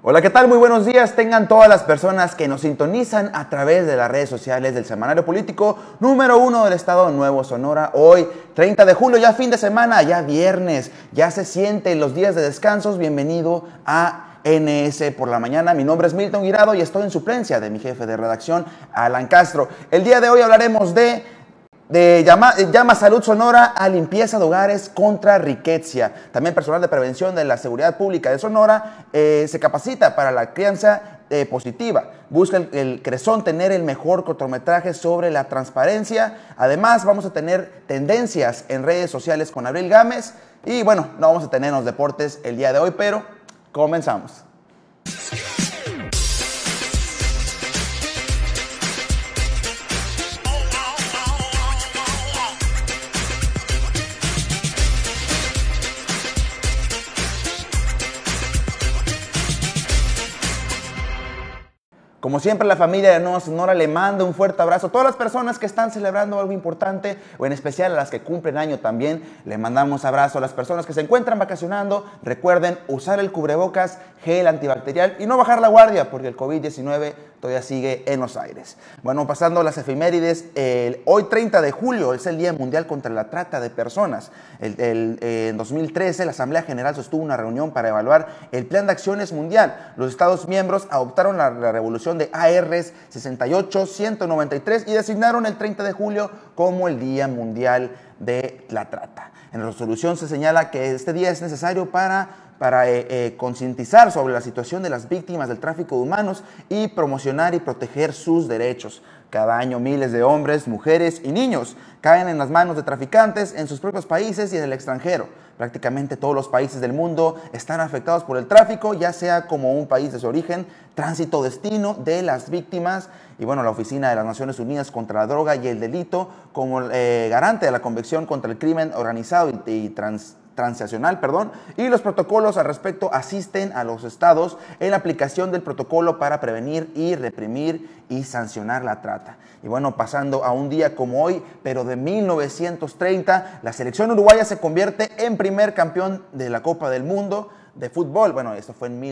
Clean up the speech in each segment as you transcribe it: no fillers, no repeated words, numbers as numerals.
Hola, ¿qué tal? Muy buenos días. Tengan todas las personas que nos sintonizan a través de las redes sociales del semanario político número 1 del estado de Nuevo Sonora. Hoy, 30 de julio, ya fin de semana, ya viernes, ya se sienten los días de descansos. Bienvenido a NS por la mañana. Mi nombre es Milton Guirado y estoy en suplencia de mi jefe de redacción, Alan Castro. El día de hoy hablaremos de llama Salud Sonora a limpieza de hogares contra riqueza. También personal de prevención de la seguridad pública de Sonora se capacita para la crianza positiva. Busca el Cresón tener el mejor cortometraje sobre la transparencia. Además, vamos a tener tendencias en redes sociales con Abril Gámez. Y bueno, no vamos a tener los deportes el día de hoy, pero comenzamos. Como siempre, la familia de Nueva Sonora le manda un fuerte abrazo a todas las personas que están celebrando algo importante, o en especial a las que cumplen año también. Le mandamos abrazo a las personas que se encuentran vacacionando. Recuerden usar el cubrebocas, gel antibacterial y no bajar la guardia porque el COVID-19 todavía sigue en los aires. Bueno, pasando a las efemérides, hoy 30 de julio es el Día Mundial contra la Trata de Personas. En 2013 la Asamblea General sostuvo una reunión para evaluar el Plan de Acciones Mundial. Los Estados miembros adoptaron la revolución de ARs 68-193 y designaron el 30 de julio como el Día Mundial de la Trata. En la resolución se señala que este día es necesario para concientizar sobre la situación de las víctimas del tráfico de humanos y promocionar y proteger sus derechos. Cada año miles de hombres, mujeres y niños caen en las manos de traficantes en sus propios países y en el extranjero. Prácticamente todos los países del mundo están afectados por el tráfico, ya sea como un país de su origen, tránsito o destino de las víctimas. Y bueno, la Oficina de las Naciones Unidas contra la Droga y el Delito, como garante de la Convención contra el Crimen Organizado y transnacional, y los protocolos al respecto asisten a los estados en la aplicación del protocolo para prevenir y reprimir y sancionar la trata. Y bueno, pasando a un día como hoy, pero de 1930, la selección uruguaya se convierte en primer campeón de la Copa del Mundo de fútbol. Bueno, esto fue en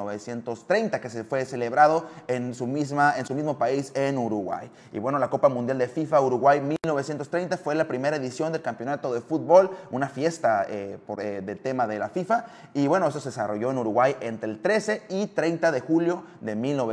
1930 que se fue celebrado en su mismo país, en Uruguay. Y bueno, la Copa Mundial de FIFA Uruguay 1930 fue la primera edición del campeonato de fútbol, una fiesta del tema de la FIFA. Y bueno, eso se desarrolló en Uruguay entre el 13 y 30 de julio de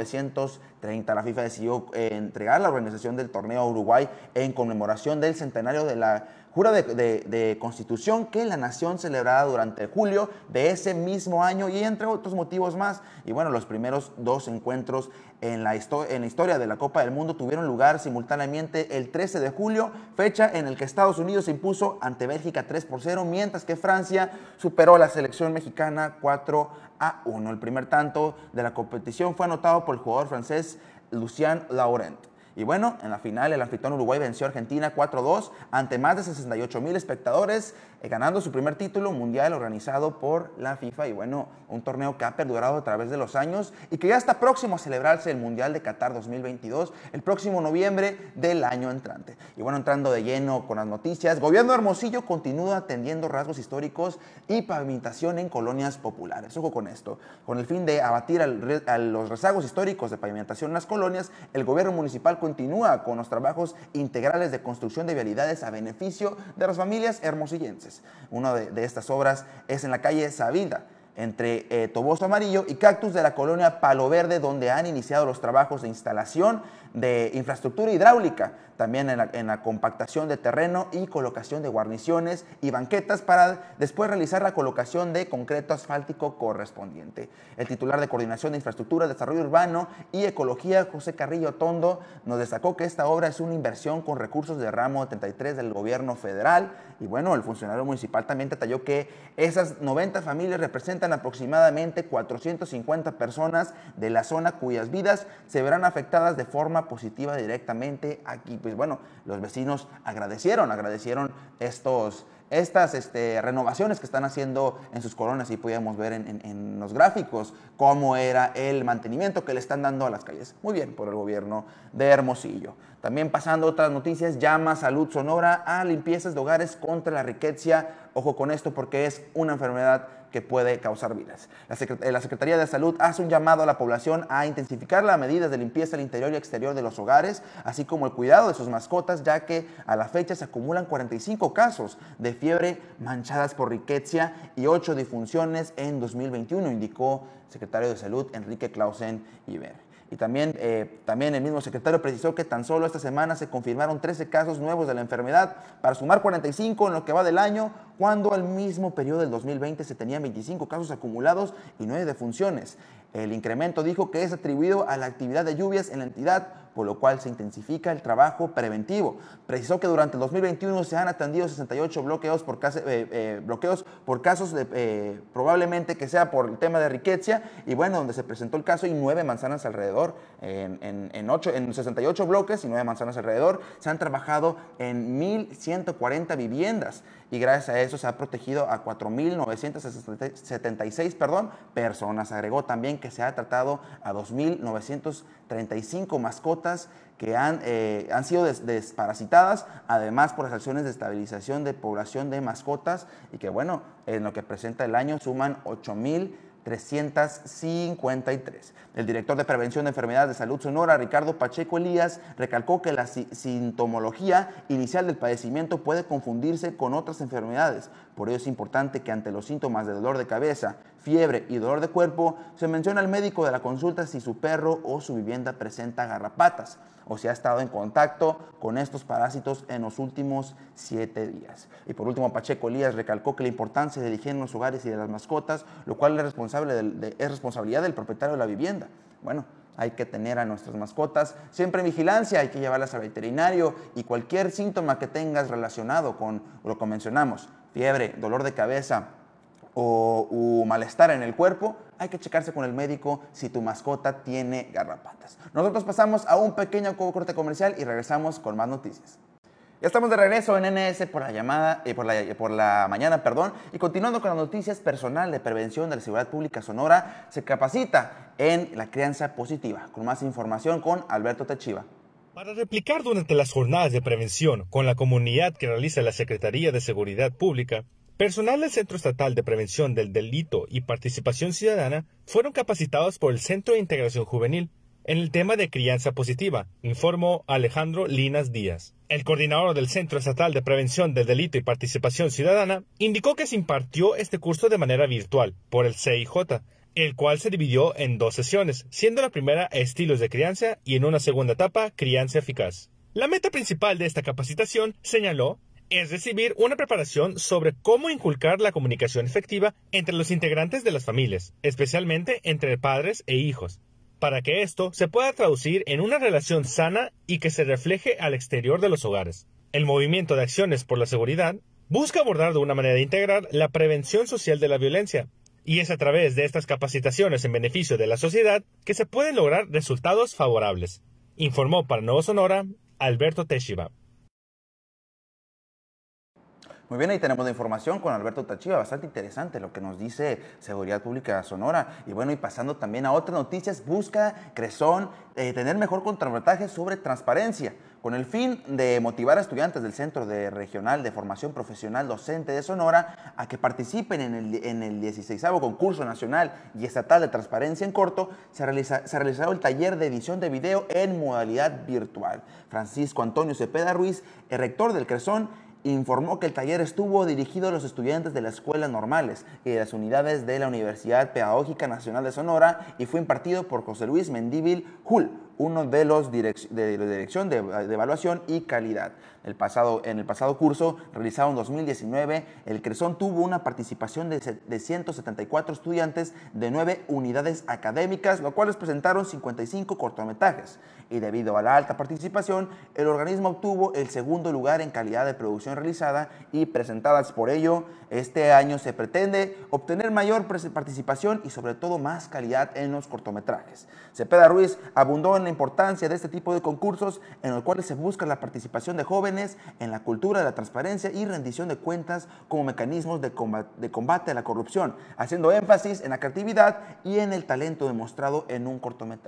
1930. La FIFA decidió entregar la organización del torneo a Uruguay en conmemoración del centenario de la jura de Constitución que la nación celebraba durante julio de ese mismo año, y entre otros motivos más. Y bueno, los primeros dos encuentros en la historia de la Copa del Mundo tuvieron lugar simultáneamente el 13 de julio, fecha en la que Estados Unidos se impuso ante Bélgica 3-0, mientras que Francia superó a la selección mexicana 4-1. El primer tanto de la competición fue anotado por el jugador francés Lucien Laurent. Y bueno, en la final el anfitrión Uruguay venció a Argentina 4-2 ante más de 68,000 espectadores, ganando su primer título mundial organizado por la FIFA. Y bueno, un torneo que ha perdurado a través de los años y que ya está próximo a celebrarse el Mundial de Qatar 2022, el próximo noviembre del año entrante. Y bueno, entrando de lleno con las noticias, Gobierno de Hermosillo continúa atendiendo rasgos históricos y pavimentación en colonias populares. Ojo con esto, con el fin de abatir a los rezagos históricos de pavimentación en las colonias, el gobierno municipal continúa con los trabajos integrales de construcción de vialidades a beneficio de las familias hermosillenses. Una de estas obras es en la calle Sabina, entre Toboso Amarillo y Cactus de la colonia Palo Verde, donde han iniciado los trabajos de instalación de infraestructura hidráulica, también en la compactación de terreno y colocación de guarniciones y banquetas para después realizar la colocación de concreto asfáltico correspondiente. El titular de Coordinación de Infraestructura, Desarrollo Urbano y Ecología, José Carrillo Tondo, nos destacó que esta obra es una inversión con recursos de ramo 33 del gobierno federal. Y bueno, el funcionario municipal también detalló que esas 90 familias representan aproximadamente 450 personas de la zona cuyas vidas se verán afectadas de forma positiva directamente aquí. Pues bueno, los vecinos agradecieron estas renovaciones que están haciendo en sus colonias, y podíamos ver en los gráficos cómo era el mantenimiento que le están dando a las calles. Muy bien por el gobierno de Hermosillo. También pasando a otras noticias, llama Salud Sonora a limpiezas de hogares contra la riqueza. Ojo con esto porque es una enfermedad que puede causar vidas. La Secretaría de Salud hace un llamado a la población a intensificar las medidas de limpieza al interior y exterior de los hogares, así como el cuidado de sus mascotas, ya que a la fecha se acumulan 45 casos de fiebre manchadas por rickettsia y 8 defunciones en 2021, indicó el secretario de Salud Enrique Clausen Iber. Y también el mismo secretario precisó que tan solo esta semana se confirmaron 13 casos nuevos de la enfermedad, para sumar 45 en lo que va del año, cuando al mismo periodo del 2020 se tenían 25 casos acumulados y 9 defunciones. El incremento dijo que es atribuido a la actividad de lluvias en la entidad, por lo cual se intensifica el trabajo preventivo. Precisó que durante el 2021 se han atendido 68 bloqueos por casos de, probablemente que sea por el tema de rickettsia, y bueno, donde se presentó el caso y 9 manzanas alrededor, en 68 bloques y 9 manzanas alrededor. Se han trabajado en 1,140 viviendas y gracias a eso se ha protegido a 4,976 personas. Agregó también que se ha tratado a 2,935 mascotas que han sido desparasitadas, además por las acciones de estabilización de población de mascotas, y que bueno, en lo que presenta el año suman 8,353. El director de Prevención de Enfermedades de Salud Sonora, Ricardo Pacheco Elías, recalcó que la sintomología inicial del padecimiento puede confundirse con otras enfermedades. Por ello es importante que ante los síntomas de dolor de cabeza, fiebre y dolor de cuerpo, se mencione al médico de la consulta si su perro o su vivienda presenta garrapatas o si ha estado en contacto con estos parásitos en los últimos 7 días. Y por último, Pacheco Elías recalcó que la importancia de la higiene en los hogares y de las mascotas, lo cual es responsabilidad del propietario de la vivienda. Bueno, hay que tener a nuestras mascotas siempre en vigilancia, hay que llevarlas al veterinario, y cualquier síntoma que tengas relacionado con lo que mencionamos, fiebre, dolor de cabeza o malestar en el cuerpo, hay que checarse con el médico si tu mascota tiene garrapatas. Nosotros pasamos a un pequeño corte comercial y regresamos con más noticias. Ya estamos de regreso en NS por la mañana, y continuando con las noticias. Personal de prevención de la Seguridad Pública Sonora se capacita en la crianza positiva. Con más información con Alberto Tachiva. Para replicar durante las jornadas de prevención con la comunidad que realiza la Secretaría de Seguridad Pública, personal del Centro Estatal de Prevención del Delito y Participación Ciudadana fueron capacitados por el Centro de Integración Juvenil en el tema de crianza positiva, informó Alejandro Linas Díaz. El coordinador del Centro Estatal de Prevención del Delito y Participación Ciudadana indicó que se impartió este curso de manera virtual por el CIJ, el cual se dividió en 2 sesiones, siendo la primera estilos de crianza y en una segunda etapa crianza eficaz. La meta principal de esta capacitación, señaló, es recibir una preparación sobre cómo inculcar la comunicación efectiva entre los integrantes de las familias, especialmente entre padres e hijos, para que esto se pueda traducir en una relación sana y que se refleje al exterior de los hogares. El movimiento de acciones por la seguridad busca abordar de una manera integral la prevención social de la violencia, y es a través de estas capacitaciones en beneficio de la sociedad que se pueden lograr resultados favorables, informó para Nuevo Sonora Alberto Tachiva. Muy bien, ahí tenemos la información con Alberto Tachiva, bastante interesante lo que nos dice Seguridad Pública Sonora. Y bueno, y pasando también a otras noticias, busca Cresón tener mejor contrametraje sobre transparencia, con el fin de motivar a estudiantes del Centro Regional de Formación Profesional Docente de Sonora a que participen en el 16º Concurso Nacional y Estatal de Transparencia en Corto. Se realizará el taller de edición de video en modalidad virtual. Francisco Antonio Cepeda Ruiz, el rector del Cresón, informó que el taller estuvo dirigido a los estudiantes de las escuelas normales y de las unidades de la Universidad Pedagógica Nacional de Sonora y fue impartido por José Luis Mendívil Hull, uno de los de la Dirección de Evaluación y Calidad. En el pasado curso, realizado en 2019, el Cresón tuvo una participación de 174 estudiantes de 9 unidades académicas, los cuales presentaron 55 cortometrajes. Y debido a la alta participación, el organismo obtuvo el segundo lugar en calidad de producción realizada y presentadas. Por ello, este año se pretende obtener mayor participación y sobre todo más calidad en los cortometrajes. Cepeda Ruiz abundó en la importancia de este tipo de concursos en los cuales se busca la participación de jóvenes en la cultura de la transparencia y rendición de cuentas como mecanismos de combate a la corrupción, haciendo énfasis en la creatividad y en el talento demostrado en un cortometraje.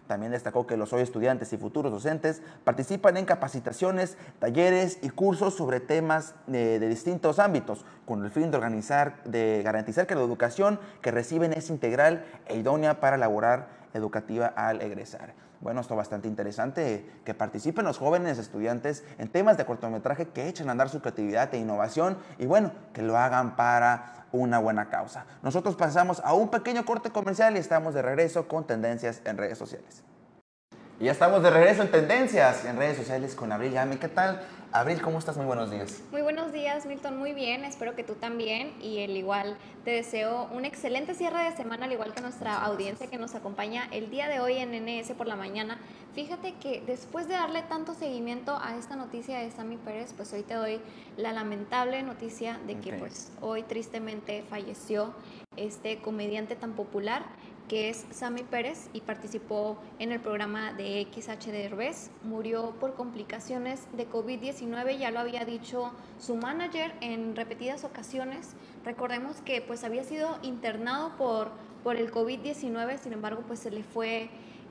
También destacó que los hoy estudiantes y futuros docentes participan en capacitaciones, talleres y cursos sobre temas de distintos ámbitos, con el fin de garantizar que la educación que reciben es integral e idónea para la labor educativa al egresar. Bueno, esto es bastante interesante, que participen los jóvenes estudiantes en temas de cortometraje que echen a andar su creatividad e innovación y bueno, que lo hagan para una buena causa. Nosotros pasamos a un pequeño corte comercial y estamos de regreso con Tendencias en redes sociales. Y ya estamos de regreso en Tendencias en redes sociales con Abril Yami. ¿Qué tal? Abril, ¿cómo estás? Muy buenos días. Muy buenos días, Milton. Muy bien, espero que tú también. Y el igual te deseo un excelente cierre de semana, al igual que nuestra audiencia que nos acompaña el día de hoy en NS por la mañana. Fíjate que después de darle tanto seguimiento a esta noticia de Sammy Pérez, pues hoy te doy la lamentable noticia de que pues hoy tristemente falleció este comediante tan popular que es Sammy Pérez y participó en el programa de XH Derbez. Murió por complicaciones de COVID-19, ya lo había dicho su manager en repetidas ocasiones. Recordemos que pues había sido internado por el COVID-19, sin embargo pues se le fue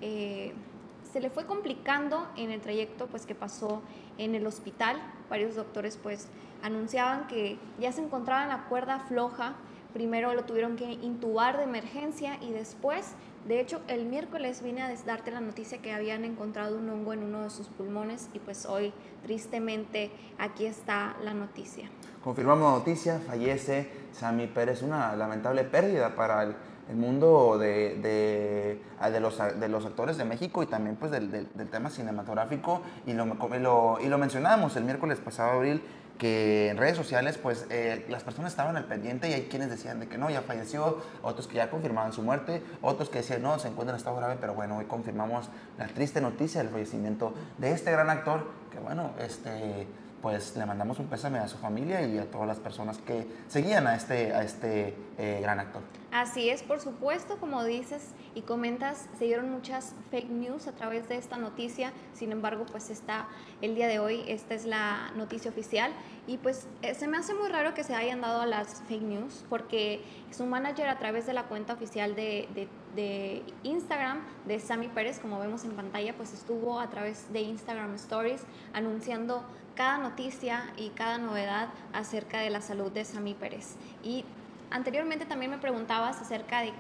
complicando en el trayecto pues que pasó en el hospital. Varios doctores pues anunciaban que ya se encontraba en la cuerda floja. Primero lo tuvieron que intubar de emergencia y después, de hecho, el miércoles vine a darte la noticia que habían encontrado un hongo en uno de sus pulmones y pues hoy, tristemente, aquí está la noticia. Confirmamos la noticia, fallece Sammy Pérez, una lamentable pérdida para el mundo de los actores de México y también pues del tema cinematográfico y lo mencionábamos el miércoles pasado, Abril, que en redes sociales pues las personas estaban al pendiente y hay quienes decían de que no, ya falleció, otros que ya confirmaban su muerte, otros que decían no, se encuentra en estado grave, pero bueno, hoy confirmamos la triste noticia del fallecimiento de este gran actor, que bueno, pues le mandamos un pésame a su familia y a todas las personas que seguían a este gran actor. Así es, por supuesto, como dices y comentas, se dieron muchas fake news a través de esta noticia, sin embargo, pues el día de hoy, esta es la noticia oficial y pues se me hace muy raro que se hayan dado a las fake news porque su manager a través de la cuenta oficial de Instagram de Sammy Pérez, como vemos en pantalla, pues estuvo a través de Instagram Stories anunciando cada noticia y cada novedad acerca de la salud de Sammy Pérez. Y anteriormente también me preguntabas acerca de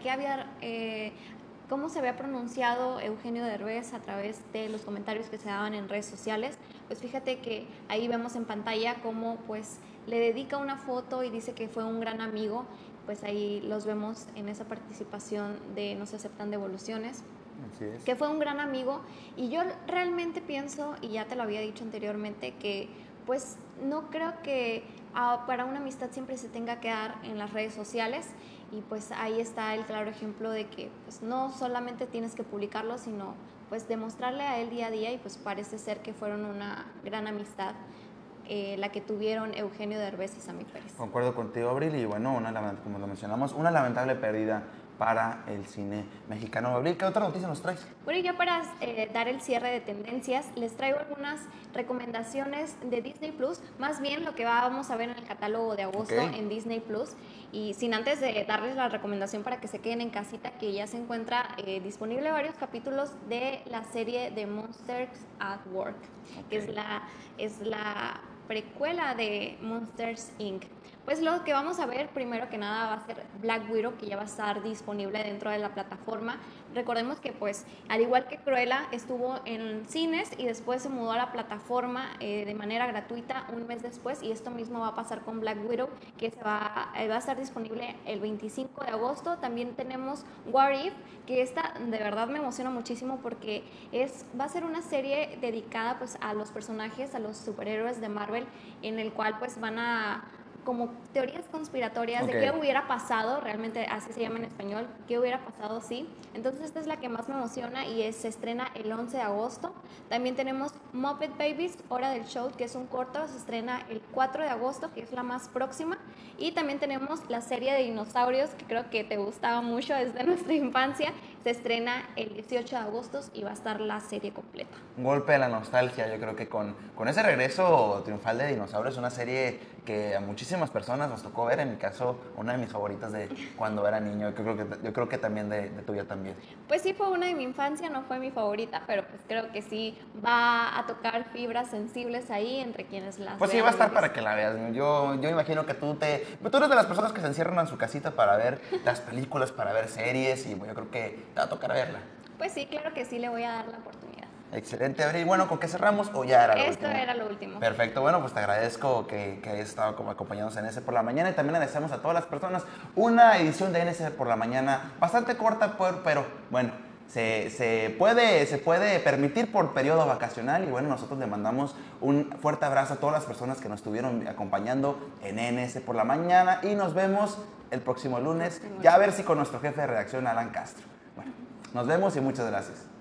cómo se había pronunciado Eugenio Derbez a través de los comentarios que se daban en redes sociales. Pues fíjate que ahí vemos en pantalla cómo pues le dedica una foto y dice que fue un gran amigo. Pues ahí los vemos en esa participación de No se aceptan devoluciones. Así es. Que fue un gran amigo y yo realmente pienso, y ya te lo había dicho anteriormente, que pues no creo que para una amistad siempre se tenga que dar en las redes sociales y pues ahí está el claro ejemplo de que pues no solamente tienes que publicarlo, sino pues demostrarle a él día a día y pues parece ser que fueron una gran amistad la que tuvieron Eugenio Derbez y Sammy Pérez. Concuerdo contigo, Abril, y bueno, como lo mencionamos, una lamentable pérdida para el cine mexicano. Abril, ¿qué otra noticia nos traes? Bueno, y ya para dar el cierre de tendencias, les traigo algunas recomendaciones de Disney Plus, más bien lo que vamos a ver en el catálogo de agosto en Disney Plus. Y sin antes de darles la recomendación para que se queden en casita, que ya se encuentra disponible varios capítulos de la serie de Monsters at Work, que es la precuela de Monsters Inc. Pues lo que vamos a ver primero que nada va a ser Black Widow, que ya va a estar disponible dentro de la plataforma. Recordemos que pues al igual que Cruella estuvo en cines y después se mudó a la plataforma de manera gratuita un mes después, y esto mismo va a pasar con Black Widow, que va a estar disponible el 25 de agosto. También tenemos What If, que esta de verdad me emociona muchísimo porque va a ser una serie dedicada pues a los personajes, a los superhéroes de Marvel, en el cual pues van a como teorías conspiratorias de qué hubiera pasado, realmente así se llama en español, qué hubiera pasado si. Entonces esta es la que más me emociona y se estrena el 11 de agosto. También tenemos Muppet Babies, Hora del Show, que es un corto, se estrena el 4 de agosto, que es la más próxima. Y también tenemos la serie de dinosaurios, que creo que te gustaba mucho desde nuestra infancia, se estrena el 18 de agosto y va a estar la serie completa. Un golpe de la nostalgia, yo creo que con ese regreso triunfal de Dinosaurios, una serie que a muchísimas personas nos tocó ver, en mi caso, una de mis favoritas de cuando era niño, yo creo que también de tuya también. Pues sí, fue una de mi infancia, no fue mi favorita, pero pues creo que sí va a tocar fibras sensibles ahí entre quienes las Pues sí, vean. va a estar para que la veas. Yo imagino que tú eres de las personas que se encierran en su casita para ver las películas, para ver series, y yo creo que te va a tocar verla. Pues sí, claro que sí, le voy a dar la oportunidad. Excelente, Abril. Bueno, ¿con qué cerramos o ya era lo último? Esto era lo último. Perfecto, bueno, pues te agradezco que hayas estado como acompañándonos en NS por la mañana, y también agradecemos a todas las personas una edición de NS por la mañana bastante corta, pero bueno, se puede permitir por periodo vacacional, y bueno, nosotros le mandamos un fuerte abrazo a todas las personas que nos estuvieron acompañando en NS por la mañana, y nos vemos el próximo lunes, ya a ver si con nuestro jefe de redacción, Alan Castro. Bueno, nos vemos y muchas gracias.